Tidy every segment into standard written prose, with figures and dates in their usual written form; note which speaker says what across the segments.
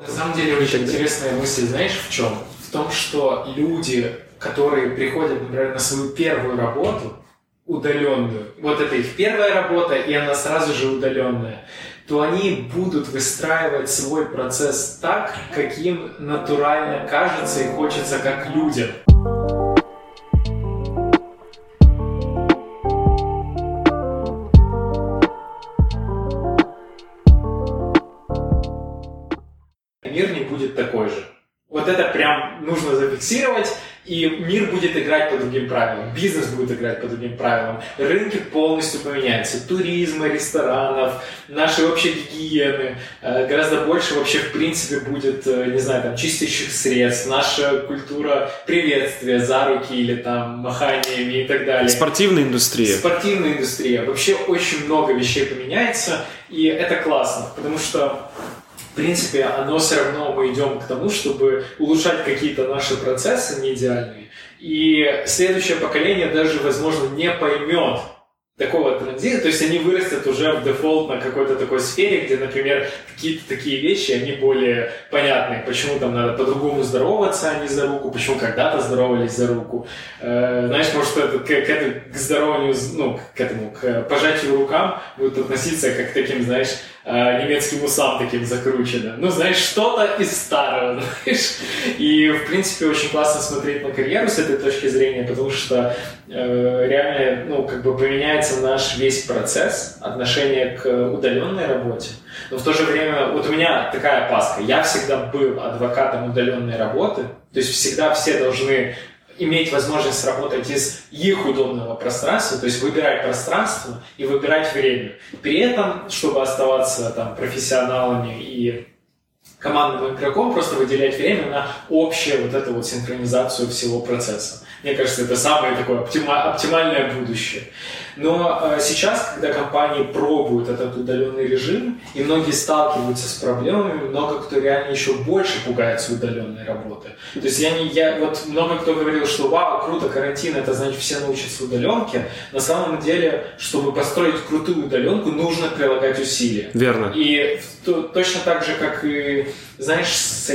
Speaker 1: На самом деле очень интересная мысль, знаешь, в чем? В том, что люди, которые приходят, например, на свою первую работу, удаленную, вот это их первая работа, и она сразу же удаленная, то они будут выстраивать свой процесс так, каким натурально кажется и хочется как людям. Мир не будет такой же. Вот это прям нужно зафиксировать, и мир будет играть по другим правилам, бизнес будет играть по другим правилам, рынки полностью поменяются, туризма, ресторанов, нашей общей гигиены, гораздо больше вообще в принципе будет, не знаю, там, чистящих средств, наша культура приветствия за руки или там маханиями и так далее.
Speaker 2: Спортивная индустрия.
Speaker 1: Спортивная индустрия. Вообще очень много вещей поменяется, и это классно, потому что в принципе, оно все равно, мы идем к тому, чтобы улучшать какие-то наши процессы не идеальные. И следующее поколение даже, возможно, не поймет такого транзита, то есть они вырастут уже в дефолт на какой-то такой сфере, где, например, какие-то такие вещи, они более понятны, почему там надо по-другому здороваться, а не за руку, почему когда-то здоровались за руку. Знаешь, может, это к здорованию, ну, к пожатию рукам будут относиться как к таким, знаешь, немецким усам таким закрученным. Ну, знаешь, что-то из старого, знаешь. И, в принципе, очень классно смотреть на карьеру с этой точки зрения, потому что реально, ну, как бы поменяется наш весь процесс отношения к удаленной работе. Но в то же время, вот у меня такая опаска. Я всегда был адвокатом удаленной работы, то есть всегда все должны иметь возможность работать из их удобного пространства, то есть выбирать пространство и выбирать время. При этом, чтобы оставаться там профессионалами и командным игроком, просто выделять время на общую вот эту вот синхронизацию всего процесса. Мне кажется, это самое такое оптимальное будущее. Но сейчас, когда компании пробуют этот удаленный режим, и многие сталкиваются с проблемами, много кто реально еще больше пугается удаленной работы. То есть вот много кто говорил, что вау, круто, карантин, это значит все научатся удаленке. На самом деле, чтобы построить крутую удаленку, нужно прилагать усилия.
Speaker 2: Верно.
Speaker 1: И точно так же, как и, знаешь,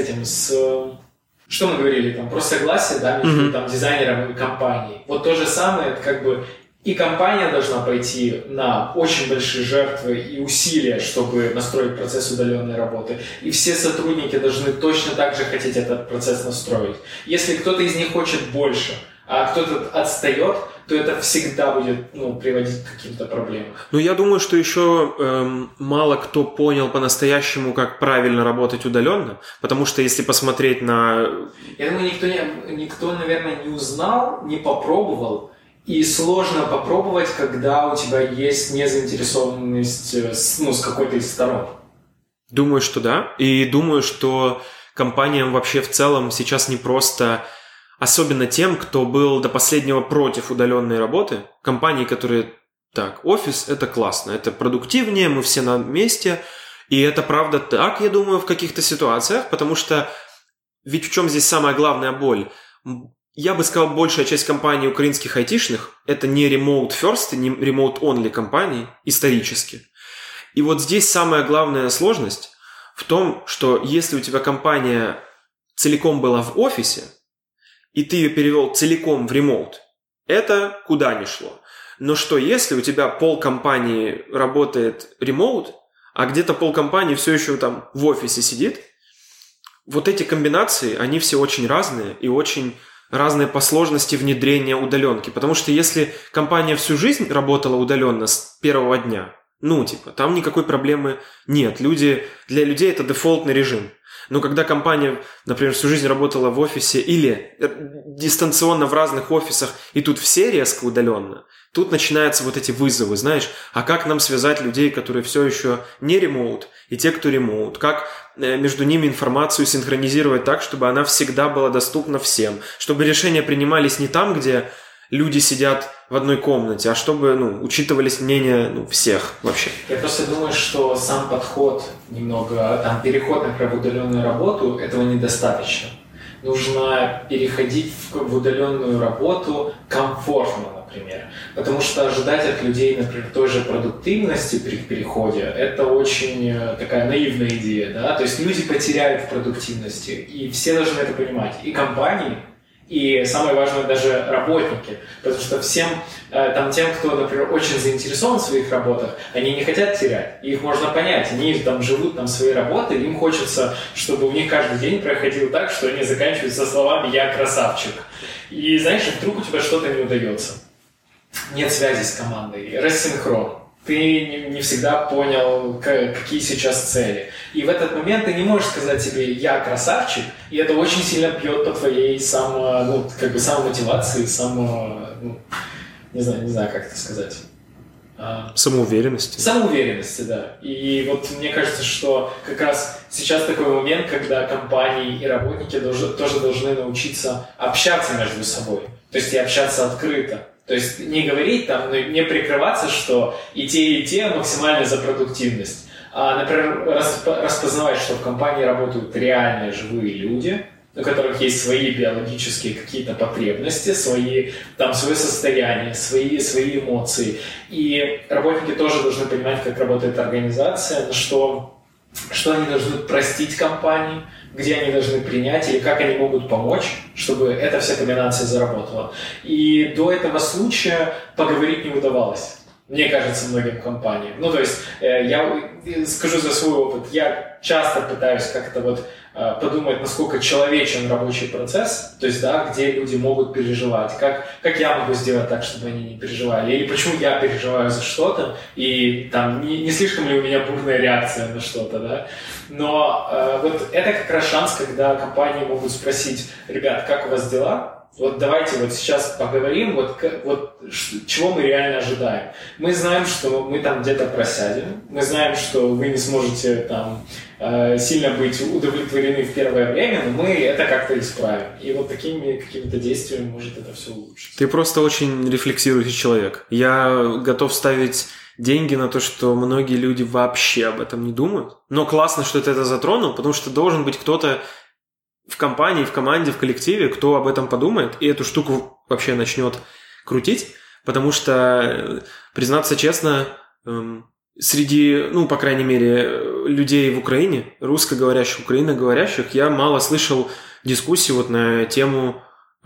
Speaker 1: что мы говорили, там, про согласие, да, между там, дизайнером и компанией. Вот то же самое, это как бы и компания должна пойти на очень большие жертвы и усилия, чтобы настроить процесс удаленной работы. И все сотрудники должны точно так же хотеть этот процесс настроить. Если кто-то из них хочет больше, а кто-то отстает, то это всегда будет приводить к каким-то проблемам.
Speaker 2: Ну, я думаю, что еще мало кто понял по-настоящему, как правильно работать удаленно, потому что если посмотреть на...
Speaker 1: Я думаю, никто, наверное, не узнал, не попробовал, и сложно попробовать, когда у тебя есть незаинтересованность с какой-то из сторон.
Speaker 2: Думаю, что да, и думаю, что компаниям вообще в целом сейчас не просто... Особенно тем, кто был до последнего против удаленной работы. Компании, которые... Так, офис – это классно, это продуктивнее, мы все на месте. И это правда так, я думаю, в каких-то ситуациях, потому что... Ведь в чем здесь самая главная боль? Я бы сказал, большая часть компаний украинских айтишных – это не remote first, не remote only компании исторически. И вот здесь самая главная сложность в том, что если у тебя компания целиком была в офисе, и ты ее перевел целиком в ремоут, это куда ни шло. Но что если у тебя полкомпании работает ремоут, а где-то полкомпании все еще там в офисе сидит? Вот эти комбинации, они все очень разные и очень разные по сложности внедрения удаленки. Потому что если компания всю жизнь работала удаленно с первого дня, там никакой проблемы нет. Для людей это дефолтный режим. Но когда компания, например, всю жизнь работала в офисе или дистанционно в разных офисах, и тут все резко удаленно, тут начинаются вот эти вызовы, знаешь, а как нам связать людей, которые все еще не ремоут, и те, кто ремоут, как между ними информацию синхронизировать так, чтобы она всегда была доступна всем, чтобы решения принимались не там, где люди сидят в одной комнате, а чтобы, учитывались мнения, всех вообще.
Speaker 1: Я просто думаю, что сам подход немного, переход, например, в удаленную работу, этого недостаточно. Нужно переходить в удаленную работу комфортно, например. Потому что ожидать от людей, например, той же продуктивности при переходе, это очень такая наивная идея, да, то есть люди потеряют в продуктивности, и все должны это понимать, и компании, и самое важное, даже работники, потому что всем, там, тем, кто, например, очень заинтересован в своих работах, они не хотят терять, и их можно понять, они там живут там своей работой, им хочется, чтобы у них каждый день проходил так, что они заканчивают со словами «я красавчик». И знаешь, вдруг у тебя что-то не удается, нет связи с командой, рассинхрон. Ты не всегда понял, какие сейчас цели. И в этот момент ты не можешь сказать себе «я красавчик», и это очень сильно бьет по твоей самомотивации, не знаю, как это сказать.
Speaker 2: Самоуверенности.
Speaker 1: Самоуверенности, да. И вот мне кажется, что как раз сейчас такой момент, когда компании и работники тоже должны научиться общаться между собой. То есть и общаться открыто. То есть не говорить там, не прикрываться, что и те максимально за продуктивность. А, например, распознавать, что в компании работают реальные живые люди, у которых есть свои биологические какие-то потребности, свое состояние, свои эмоции. И работники тоже должны понимать, как работает организация, на что они должны простить компании, где они должны принять или как они могут помочь, чтобы эта вся комбинация заработала. И до этого случая поговорить не удавалось. Мне кажется, многим компаниям. Ну, то есть, я скажу за свой опыт, я часто пытаюсь как-то подумать, насколько человечен рабочий процесс, то есть, да, где люди могут переживать, как я могу сделать так, чтобы они не переживали, или почему я переживаю за что-то, и там не слишком ли у меня бурная реакция на что-то, да. Но вот это как раз шанс, когда компании могут спросить: ребят, как у вас дела? Вот давайте вот сейчас поговорим, чего мы реально ожидаем. Мы знаем, что мы там где-то просядем, мы знаем, что вы не сможете там сильно быть удовлетворены в первое время, но мы это как-то исправим. И вот такими какими-то действиями может это все улучшить.
Speaker 2: Ты просто очень рефлексирующий человек. Я готов ставить деньги на то, что многие люди вообще об этом не думают. Но классно, что ты это затронул, потому что должен быть кто-то в компании, в команде, в коллективе, кто об этом подумает и эту штуку вообще начнет крутить, потому что, признаться честно, среди, по крайней мере, людей в Украине, русскоговорящих, украиноговорящих, я мало слышал дискуссий на тему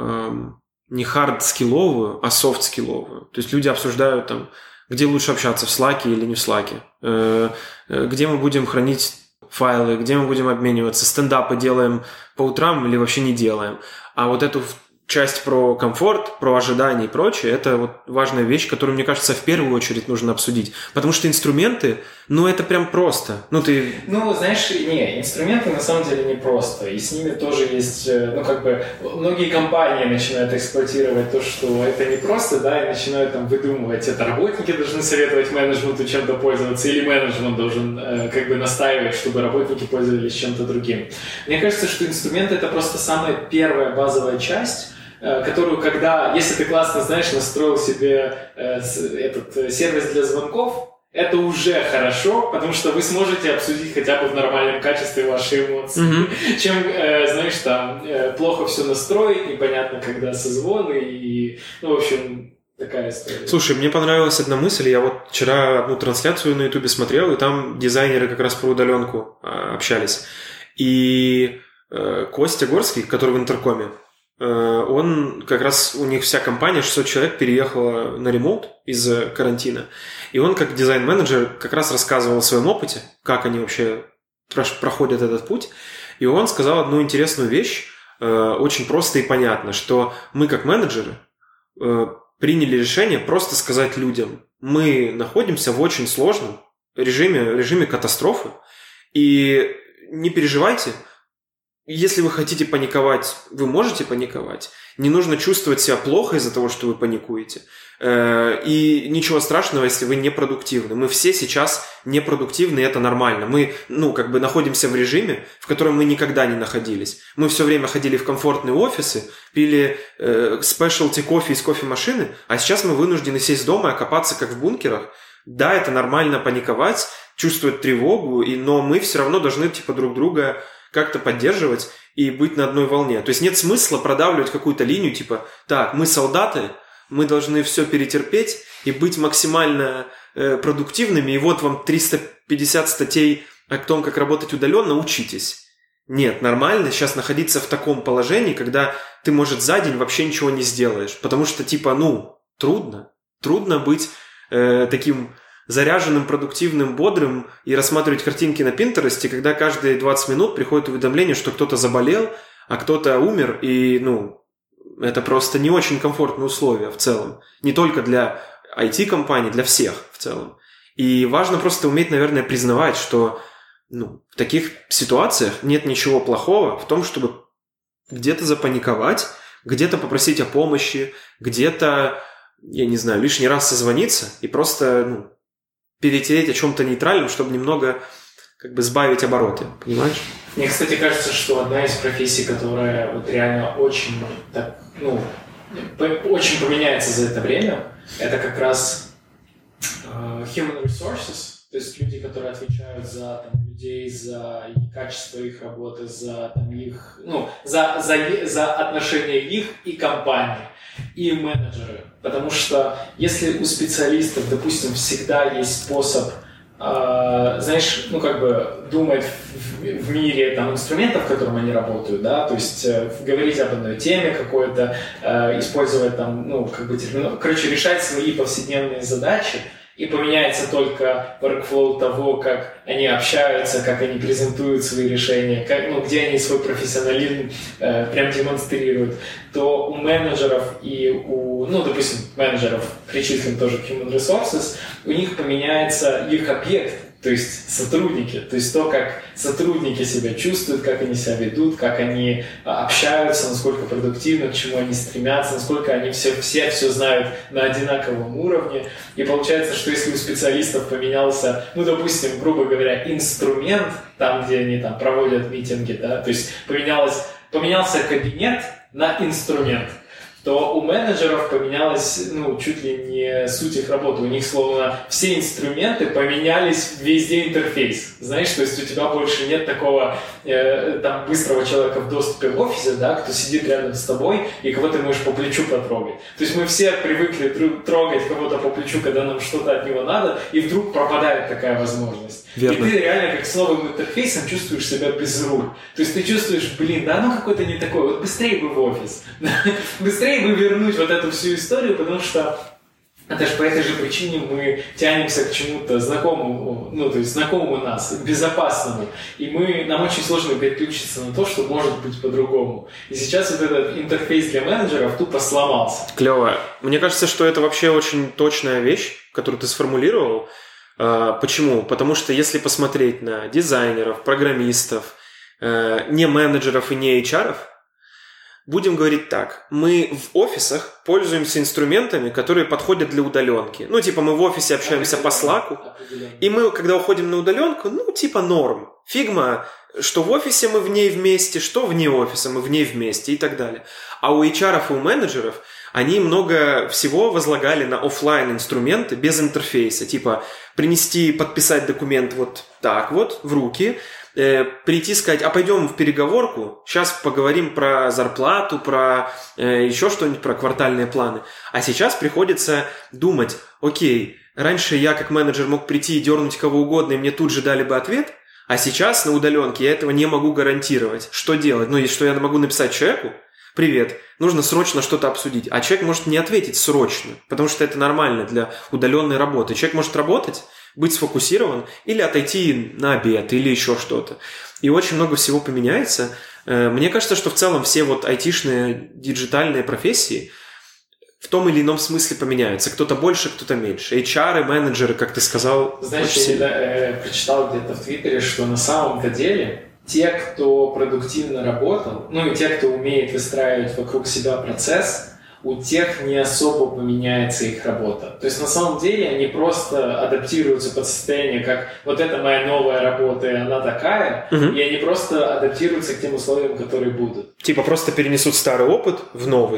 Speaker 2: не хард-скилловую, а софт-скилловую. То есть люди обсуждают где лучше общаться, в Slack или не в Slack, где мы будем хранить файлы, где мы будем обмениваться, стендапы делаем по утрам или вообще не делаем. А вот эту часть про комфорт, про ожидания и прочее, это важная вещь, которую, мне кажется, в первую очередь нужно обсудить. Потому что инструменты, это прям просто.
Speaker 1: Знаешь, инструменты на самом деле не просто. И с ними тоже есть, многие компании начинают эксплуатировать то, что это не просто, да, и начинают выдумывать. Это работники должны советовать менеджменту чем-то пользоваться, или менеджмент должен настаивать, чтобы работники пользовались чем-то другим. Мне кажется, что инструменты — это просто самая первая базовая часть, которую, если ты классно, настроил себе этот сервис для звонков, это уже хорошо, потому что вы сможете обсудить хотя бы в нормальном качестве ваши эмоции. Mm-hmm. Чем, плохо все настроить, непонятно, когда созвоны, и, в общем, такая история.
Speaker 2: Слушай, мне понравилась одна мысль. Я вчера одну трансляцию на Ютубе смотрел, и там дизайнеры как раз про удаленку общались. И Костя Горский, который в Интеркоме, он как раз, у них вся компания, 600 человек, переехала на ремоут из карантина. И он, как дизайн-менеджер, как раз рассказывал о своем опыте, как они вообще проходят этот путь. И он сказал одну интересную вещь, очень просто и понятно, что мы, как менеджеры, приняли решение просто сказать людям: мы находимся в очень сложном режиме катастрофы, и не переживайте. Если вы хотите паниковать, вы можете паниковать. Не нужно чувствовать себя плохо из-за того, что вы паникуете. И ничего страшного, если вы непродуктивны. Мы все сейчас непродуктивны, и это нормально. Мы, находимся в режиме, в котором мы никогда не находились. Мы все время ходили в комфортные офисы, пили спешлти кофе из кофемашины, а сейчас мы вынуждены сесть дома и окопаться, как в бункерах. Да, это нормально паниковать, чувствовать тревогу, но мы все равно должны друг друга как-то поддерживать и быть на одной волне. То есть нет смысла продавливать какую-то линию, так, мы солдаты, мы должны все перетерпеть и быть максимально продуктивными, и вот вам 350 статей о том, как работать удаленно, учитесь. Нет, нормально сейчас находиться в таком положении, когда ты, может, за день вообще ничего не сделаешь, потому что, трудно быть таким заряженным, продуктивным, бодрым и рассматривать картинки на Пинтересте, когда каждые 20 минут приходит уведомление, что кто-то заболел, а кто-то умер, и, это просто не очень комфортные условия в целом. Не только для IT-компаний, для всех в целом. И важно просто уметь, наверное, признавать, что в таких ситуациях нет ничего плохого в том, чтобы где-то запаниковать, где-то попросить о помощи, где-то, я не знаю, лишний раз созвониться и просто перетереть о чем-то нейтральном, чтобы немного сбавить обороты, понимаешь?
Speaker 1: Мне, кстати, кажется, что одна из профессий, которая вот реально очень поменяется за это время, это как раз human resources, то есть люди, которые отвечают за людей, за качество их работы, за их, за отношения их и компании, и менеджеры. Потому что если у специалистов, допустим, всегда есть способ, думать в мире инструментов, в котором они работают, да, то есть говорить об одной теме какой-то, использовать решать свои повседневные задачи, и поменяется только workflow того, как они общаются, как они презентуют свои решения, где они свой профессионализм прям демонстрируют, то у менеджеров и допустим, менеджеров, причислим тоже к Human Resources, у них поменяется их объект, то есть сотрудники, то есть то, как сотрудники себя чувствуют, как они себя ведут, как они общаются, насколько продуктивно, к чему они стремятся, насколько они все знают на одинаковом уровне. И получается, что если у специалистов поменялся, допустим, грубо говоря, инструмент, там, где они проводят митинги, да, то есть поменялся кабинет на инструмент, то у менеджеров поменялась, чуть ли не суть их работы. У них, словно, все инструменты поменялись, везде интерфейс. Знаешь, то есть у тебя больше нет такого быстрого человека в доступе в офисе, да, кто сидит рядом с тобой и кого ты можешь по плечу потрогать. То есть мы все привыкли трогать кого-то по плечу, когда нам что-то от него надо, и вдруг пропадает такая возможность.
Speaker 2: Верно.
Speaker 1: И ты реально как с новым интерфейсом чувствуешь себя без рук. То есть ты чувствуешь, какой-то не такой, вот быстрее бы в офис. Быстрее бы вернуть вот эту всю историю, потому что это же по этой же причине мы тянемся к чему-то знакомому, то есть знакомому нас, безопасному. И нам очень сложно переключиться на то, что может быть по-другому. И сейчас вот этот интерфейс для менеджеров тупо сломался.
Speaker 2: Клево. Мне кажется, что это вообще очень точная вещь, которую ты сформулировал. Почему? Потому что если посмотреть на дизайнеров, программистов, не менеджеров и не HR-ов, будем говорить так, мы в офисах пользуемся инструментами, которые подходят для удаленки. Мы в офисе общаемся по Slack'у, и мы, когда уходим на удаленку, норм. Фигма, что в офисе мы в ней вместе, что вне офиса мы в ней вместе и так далее. А у HR-ов и у менеджеров они много всего возлагали на офлайн инструменты без интерфейса. Принести, подписать документ вот так вот в руки, прийти сказать, пойдем в переговорку, сейчас поговорим про зарплату, про еще что-нибудь, про квартальные планы. А сейчас приходится думать, окей, раньше я как менеджер мог прийти и дернуть кого угодно, и мне тут же дали бы ответ, а сейчас на удаленке я этого не могу гарантировать. Что делать? И что я могу написать человеку? Привет, нужно срочно что-то обсудить. А человек может не ответить срочно, потому что это нормально для удаленной работы. Человек может работать, быть сфокусирован или отойти на обед или еще что-то. И очень много всего поменяется. Мне кажется, что в целом все айтишные, диджитальные профессии в том или ином смысле поменяются. Кто-то больше, кто-то меньше. HR, менеджеры, как ты сказал.
Speaker 1: Знаешь, я прочитал где-то в Твиттере, что на самом-то деле те, кто продуктивно работал, и те, кто умеет выстраивать вокруг себя процесс, у тех не особо поменяется их работа. То есть на самом деле они просто адаптируются под состояние, как вот это моя новая работа, и она такая, и они просто адаптируются к тем условиям, которые будут.
Speaker 2: Просто перенесут старый опыт в новый.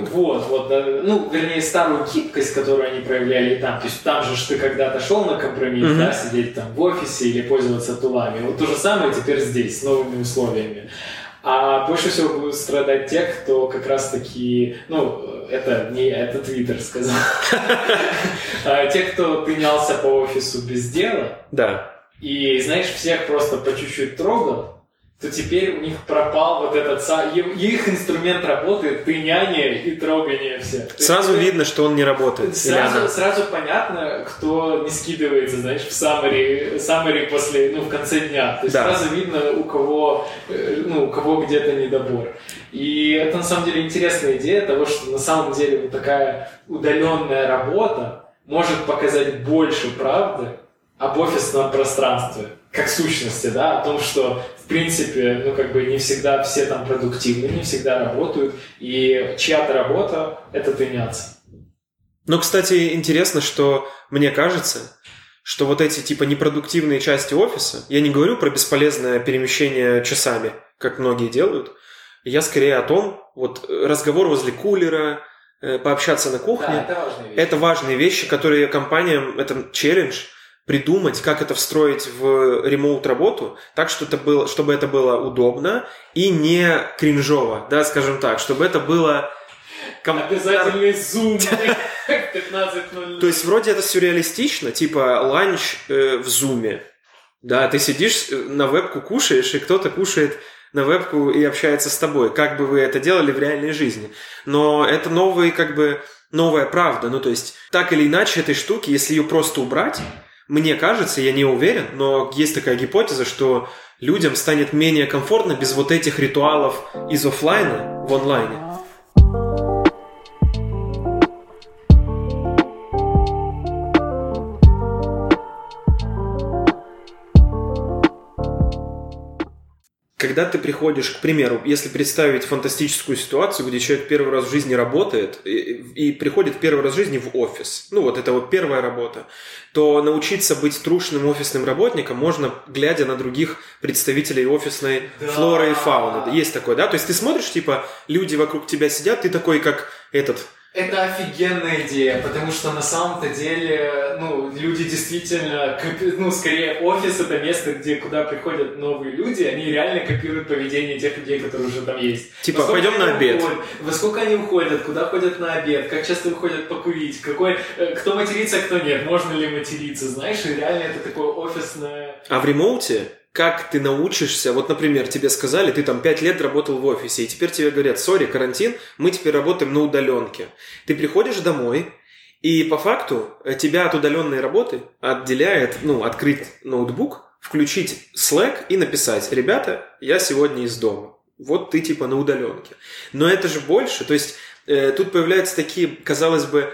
Speaker 1: Вернее, старую гибкость, которую они проявляли и там. То есть там же ты когда-то шел на компромисс, да, сидеть там в офисе или пользоваться тулами. Вот то же самое теперь здесь, с новыми условиями. А больше всего будут страдать те, кто как раз-таки... Ну, это Твиттер сказал. Те, кто тынялся по офису без дела.
Speaker 2: Да.
Speaker 1: И, знаешь, всех просто по чуть-чуть трогал, то теперь у них пропал вот этот... Их инструмент работы — тыняние и трогание все.
Speaker 2: Сразу видно, что он не работает.
Speaker 1: Сразу понятно, кто не скидывается, знаешь, в summary после, в конце дня. То есть сразу видно, у кого где-то недобор. И это на самом деле интересная идея того, что на самом деле вот такая удаленная работа может показать больше правды об офисном пространстве, как сущности, да, о том, что, в принципе, не всегда все там продуктивны, не всегда работают, и чья-то работа — это тыняться.
Speaker 2: Ну, кстати, интересно, что мне кажется, что вот эти, непродуктивные части офиса, я не говорю про бесполезное перемещение часами, как многие делают, я скорее о том, вот разговор возле кулера, пообщаться на кухне,
Speaker 1: да, это важные вещи.
Speaker 2: Это важные вещи, которые компаниям, это челлендж, придумать, как это встроить в ремоут-работу, так, чтобы это было удобно и не кринжово, да, скажем так, чтобы это было...
Speaker 1: Обязательный зум в 15:00.
Speaker 2: То есть, вроде это сюрреалистично, ланч в зуме, да, ты сидишь на вебку кушаешь, и кто-то кушает на вебку и общается с тобой, как бы вы это делали в реальной жизни. Но это новая правда, то есть, так или иначе этой штуки, если ее просто убрать, мне кажется, я не уверен, но есть такая гипотеза, что людям станет менее комфортно без вот этих ритуалов из офлайна в онлайне. Когда ты приходишь, к примеру, если представить фантастическую ситуацию, где человек первый раз в жизни работает и приходит первый раз в жизни в офис, это вот первая работа, то научиться быть трушным офисным работником можно, глядя на других представителей офисной флоры и фауны. Есть такое, да? То есть ты смотришь, люди вокруг тебя сидят, ты такой, как этот...
Speaker 1: Это офигенная идея, потому что на самом-то деле, люди действительно, скорее офис — это место, куда приходят новые люди, они реально копируют поведение тех людей, которые уже там есть.
Speaker 2: Пойдем на обед.
Speaker 1: Во сколько они уходят, куда ходят на обед, как часто выходят покурить, кто матерится, кто нет, можно ли материться, знаешь, и реально это такое офисное...
Speaker 2: А в ремоуте как ты научишься, вот, например, тебе сказали, ты там 5 лет работал в офисе, и теперь тебе говорят, сори, карантин, мы теперь работаем на удаленке. Ты приходишь домой, и по факту тебя от удаленной работы отделяет, открыть ноутбук, включить Slack и написать, ребята, я сегодня из дома. Вот ты на удаленке. Но это же больше, то есть тут появляются такие, казалось бы,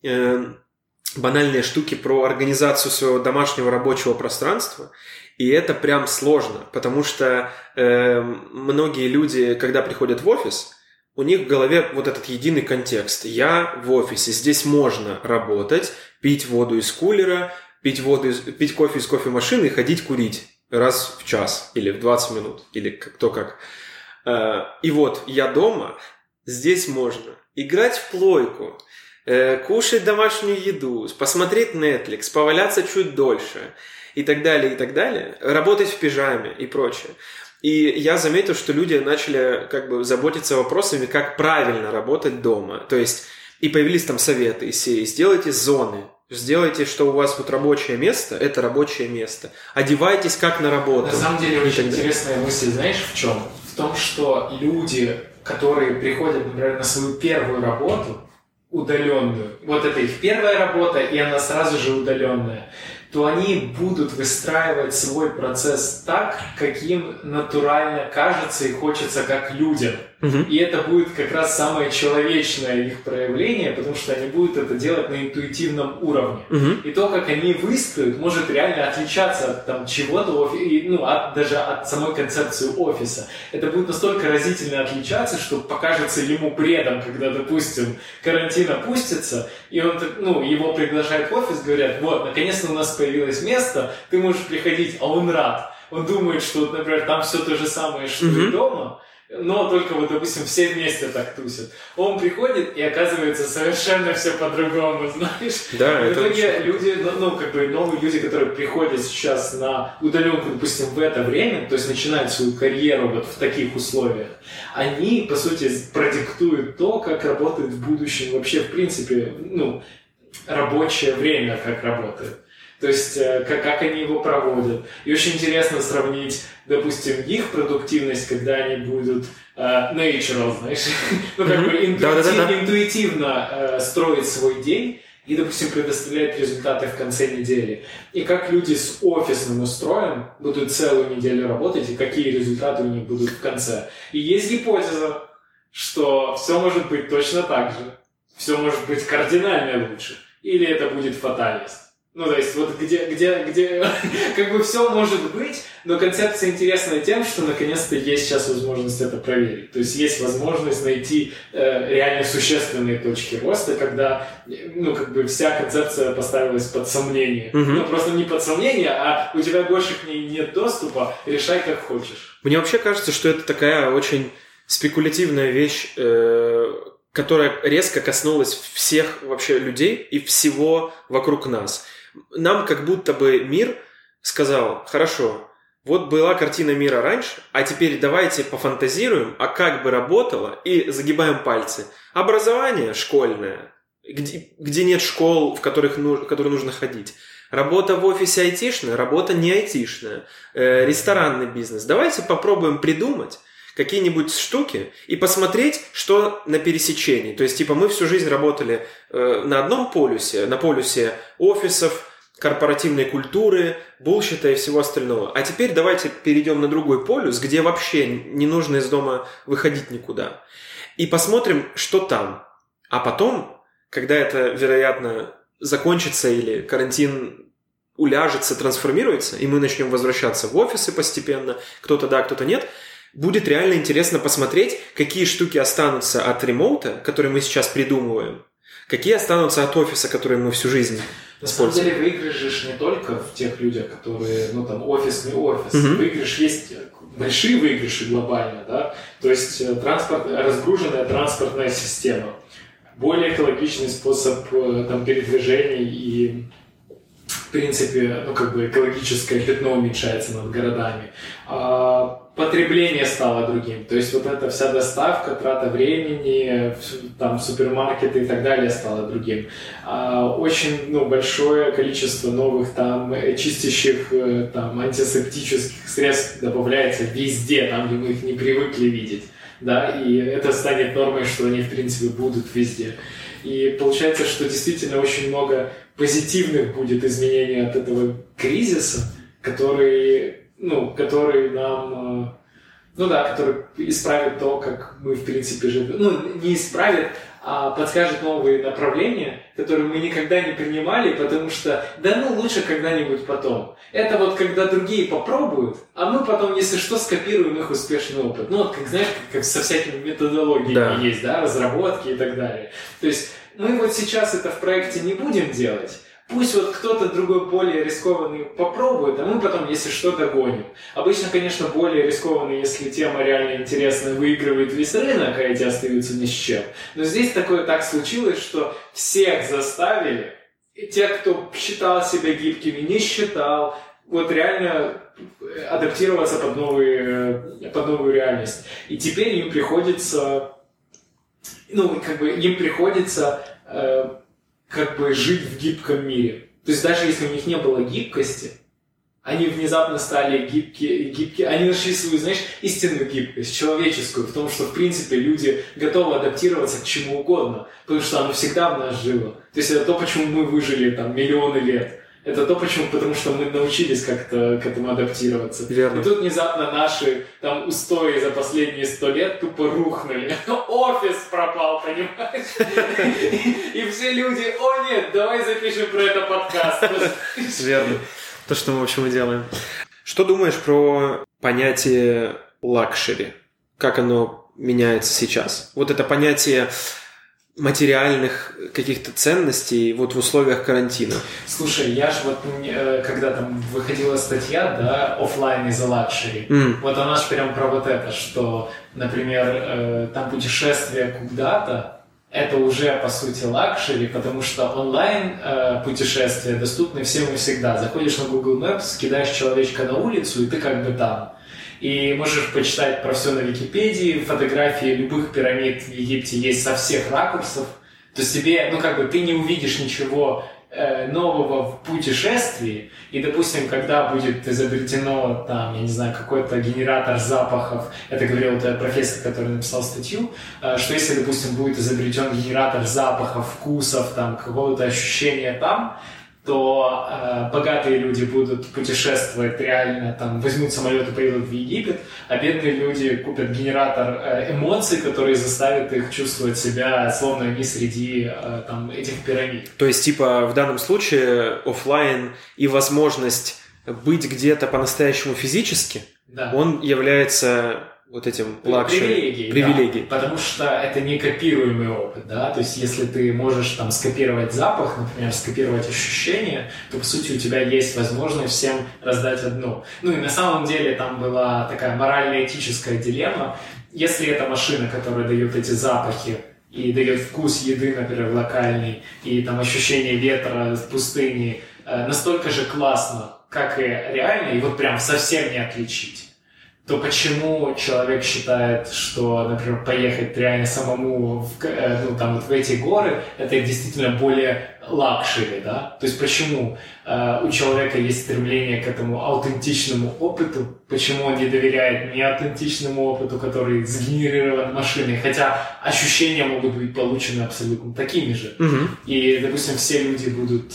Speaker 2: банальные штуки про организацию своего домашнего рабочего пространства. И это прям сложно, потому что многие люди, когда приходят в офис, у них в голове вот этот единый контекст. Я в офисе, здесь можно работать, пить воду из кулера, пить кофе из кофемашины и ходить курить раз в час или в 20 минут, или кто как. И вот я дома, здесь можно играть в плойку, кушать домашнюю еду, посмотреть Netflix, поваляться чуть дольше и так далее, работать в пижаме и прочее. И я заметил, что люди начали заботиться вопросами, как правильно работать дома. То есть, и появились там советы из серии: сделайте зоны, сделайте, что у вас вот рабочее место, это рабочее место. Одевайтесь как на работу.
Speaker 1: На самом деле, очень интересная мысль, знаешь, в чем? В том, что люди, которые приходят, например, на свою первую работу, удаленную, вот это их первая работа, и она сразу же удаленная, то они будут выстраивать свой процесс так, каким натурально кажется и хочется как людям. И это будет как раз самое человечное их проявление, потому что они будут это делать на интуитивном уровне. И то, как они выстроят, может реально отличаться от чего-то, даже от самой концепции офиса. Это будет настолько разительно отличаться, что покажется ему бредом, когда, допустим, карантин опустится, и он, его приглашают в офис, говорят: вот, наконец-то у нас появилось место, ты можешь приходить, а он рад. Он думает, что, например, там все то же самое, что и дома. но только вот, допустим, все вместе так тусят. Он приходит, и оказывается совершенно все по-другому, знаешь.
Speaker 2: Да,
Speaker 1: в итоге люди, новые люди, которые приходят сейчас на удаленку, допустим, в это время, то есть начинают свою карьеру вот в таких условиях, они, по сути, продиктуют то, как работает в будущем вообще, в принципе, рабочее время, как работает. То есть, как они его проводят. И очень интересно сравнить, допустим, их продуктивность, когда они будут natural, знаешь, интуитивно строить свой день и, допустим, предоставлять результаты в конце недели. И как люди с офисным устроем будут целую неделю работать, и какие результаты у них будут в конце. И есть гипотеза, что все может быть точно так же. Все может быть кардинально лучше. Или это будет фатальность. То есть, вот где как бы все может быть, но концепция интересная тем, что наконец-то есть сейчас возможность это проверить. То есть, есть возможность найти реально существенные точки роста, когда, вся концепция поставилась под сомнение. Просто не под сомнение, а у тебя больше к ней нет доступа, решай как хочешь.
Speaker 2: Мне вообще кажется, что это такая очень спекулятивная вещь, которая резко коснулась всех вообще людей и всего вокруг нас. Нам как будто бы мир сказал: хорошо, вот была картина мира раньше, а теперь давайте пофантазируем, а как бы работало, и загибаем пальцы. Образование школьное, где нет школ, в которые нужно ходить. Работа в офисе айтишная, работа не айтишная. Ресторанный бизнес. Давайте попробуем придумать какие-нибудь штуки и посмотреть, что на пересечении. То есть, мы всю жизнь работали на одном полюсе, на полюсе офисов, корпоративной культуры, булщита и всего остального. А теперь давайте перейдем на другой полюс, где вообще не нужно из дома выходить никуда. И посмотрим, что там. А потом, когда это, вероятно, закончится или карантин уляжется, трансформируется, и мы начнем возвращаться в офисы постепенно, кто-то да, кто-то нет, будет реально интересно посмотреть, какие штуки останутся от ремоута, которые мы сейчас придумываем, какие останутся от офиса, которые мы всю жизнь
Speaker 1: используем. На самом деле выигрыш же не только в тех людях, которые, офисный офис. Выигрыш есть, большие выигрыши глобально, да, то есть разгруженная транспортная система, более экологичный способ передвижения и в принципе, экологическое пятно уменьшается над городами. Потребление стало другим. То есть, вот эта вся доставка, трата времени, супермаркеты и так далее стало другим. Очень большое количество новых чистящих, антисептических средств добавляется везде, там, где мы их не привыкли видеть. Да, и это станет нормой, что они, в принципе, будут везде. И получается, что действительно очень много позитивных будет изменений от этого кризиса, который нам, который исправит то, как мы, в принципе, живем. Не исправит, а подскажет новые направления, которые мы никогда не принимали, потому что, лучше когда-нибудь потом. Это вот когда другие попробуют, а мы потом, если что, скопируем их успешный опыт. Как со всякими методологиями есть, да, разработки и так далее. То есть, мы вот сейчас это в проекте не будем делать. Пусть вот кто-то другой более рискованный попробует, а мы потом, если что, догоним. Обычно, конечно, более рискованный, если тема реально интересная, выигрывает весь рынок, а эти остаются ни с чем. Но здесь так случилось, что всех заставили, и те, кто считал себя гибкими, не считал, вот реально адаптироваться под новую реальность. И теперь им приходится, жить в гибком мире. То есть даже если у них не было гибкости, они внезапно стали гибкие, они нашли свою, истинную гибкость, человеческую, в том, что, в принципе, люди готовы адаптироваться к чему угодно, потому что оно всегда в нас жило. То есть это то, почему мы выжили миллионы лет. Это то, потому что мы научились как-то к этому адаптироваться.
Speaker 2: Верно.
Speaker 1: И тут внезапно наши устои за последние 100 лет тупо рухнули. Офис пропал, понимаешь? И все люди: о нет, давай запишем про это подкаст.
Speaker 2: Верно. То, что мы, в общем, и делаем. Что думаешь про понятие лакшери? Как оно меняется сейчас? Вот это понятие материальных каких-то ценностей вот в условиях карантина.
Speaker 1: Слушай, я же вот, когда там выходила статья, да, «Offline is a luxury», вот она же прям про вот это, что, например, там путешествие куда-то, это уже, по сути, лакшери, потому что онлайн путешествия доступны всем и всегда. Заходишь на Google Maps, кидаешь человечка на улицу, и ты как бы там. И можешь почитать про все на Википедии, фотографии любых пирамид в Египте есть со всех ракурсов. То есть тебе, ты не увидишь ничего нового в путешествии. И, допустим, когда будет изобретено, там, я не знаю, какой-то генератор запахов, это говорил профессор, который написал статью, что если, допустим, будет изобретен генератор запахов, вкусов, там, какого-то ощущения там, то богатые люди будут путешествовать реально, там, возьмут самолет и поедут в Египет, а бедные люди купят генератор эмоций, который заставит их чувствовать себя, словно они среди там, этих пирамид.
Speaker 2: То есть, типа, в данном случае офлайн и возможность быть где-то по-настоящему физически, да, он является вот этим привилегией.
Speaker 1: Да, потому что это не копируемый опыт, да, то есть если ты можешь там скопировать запах, например, скопировать ощущение, то по сути у тебя есть возможность всем раздать одну. Ну и на самом деле там была такая морально-этическая дилемма, если это машина, которая дает эти запахи и дает вкус еды, например, локальный, и там ощущение ветра в пустыне настолько же классно, как и реально, и вот прям совсем не отличить, то почему человек считает, что, например, поехать реально самому в эти горы, это действительно более лакшери, да? То есть почему у человека есть стремление к этому аутентичному опыту, почему он не доверяет неаутентичному опыту, который сгенерирован машиной, хотя ощущения могут быть получены абсолютно такими же. И, допустим, все люди будут,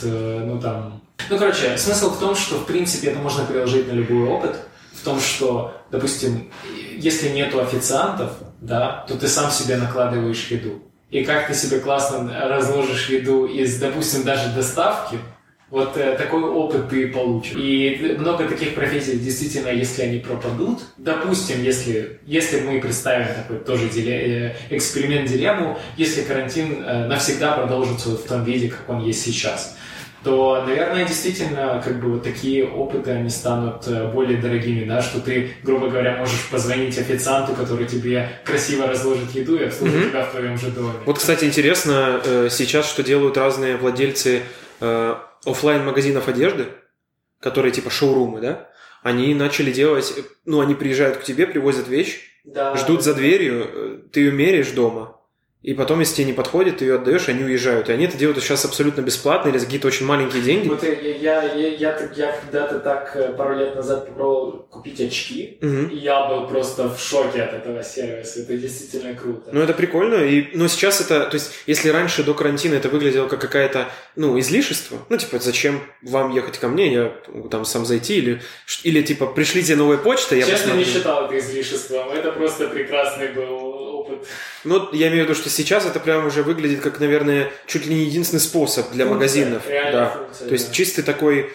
Speaker 1: смысл в том, что, в принципе, это можно приложить на любой опыт, в том, что, допустим, если нету официантов, да, то ты сам себе накладываешь еду. И как ты себе классно разложишь еду из, допустим, даже доставки, вот такой опыт ты получишь. И много таких профессий, действительно, если они пропадут, допустим, если мы представим такой тоже эксперимент-дилемму, если карантин навсегда продолжится в том виде, как он есть сейчас, то, наверное, действительно, вот такие опыты, они станут более дорогими, да, что ты, грубо говоря, можешь позвонить официанту, который тебе красиво разложит еду и обслужит тебя в твоем же доме.
Speaker 2: Вот, кстати, интересно сейчас, что делают разные владельцы офлайн-магазинов одежды, которые типа шоурумы, да, они начали делать, они приезжают к тебе, привозят вещь, да, ждут за дверью, ты ее меряешь дома, и потом, если тебе не подходит, ты ее отдаешь, они уезжают. И они это делают сейчас абсолютно бесплатно или за какие-то очень маленькие деньги.
Speaker 1: Вот я когда-то так пару лет назад попробовал купить очки, и я был просто в шоке от этого сервиса. Это действительно круто.
Speaker 2: Это прикольно. Но сейчас это... То есть, если раньше до карантина это выглядело как какая-то, излишество, зачем вам ехать ко мне, я могу там сам зайти, или типа, пришлите новая почта.
Speaker 1: Честно, не считал это излишеством. Это просто прекрасный был опыт.
Speaker 2: Я имею в виду, что сейчас это прям уже выглядит как, наверное, чуть ли не единственный способ для магазинов. Да.
Speaker 1: Функция,
Speaker 2: то есть чистый такой,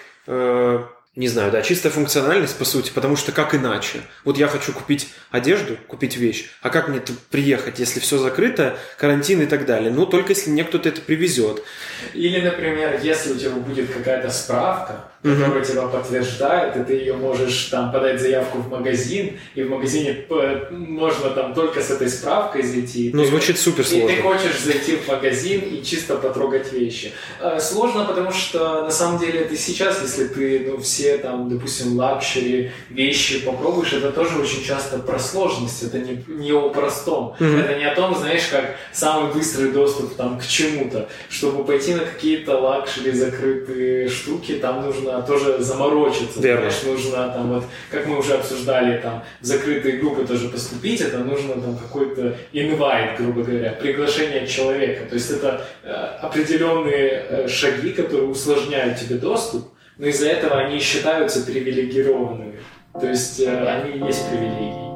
Speaker 2: чистая функциональность, по сути, потому что как иначе? Вот я хочу купить одежду, купить вещь, а как мне приехать, если все закрыто, карантин и так далее? Только если мне кто-то это привезет.
Speaker 1: Или, например, если у тебя будет какая-то справка, которая тебя подтверждает, и ты ее можешь там подать заявку в магазин, и в магазине можно там только с этой справкой зайти.
Speaker 2: Звучит супер сложно.
Speaker 1: И ты хочешь зайти в магазин и чисто потрогать вещи. Сложно, потому что на самом деле это сейчас, если ты все там, допустим, лакшери вещи попробуешь, это тоже очень часто про сложность, это не о простом. Это не о том, знаешь, как самый быстрый доступ там к чему-то. Чтобы пойти на какие-то лакшери закрытые штуки, там нужно тоже заморочиться. Знаешь, нужно там как мы уже обсуждали, там в закрытые группы тоже поступить, это нужно там какой-то инвайт, грубо говоря, приглашение человека. То есть это определенные шаги, которые усложняют тебе доступ, но из-за этого они считаются привилегированными. То есть они и есть привилегии.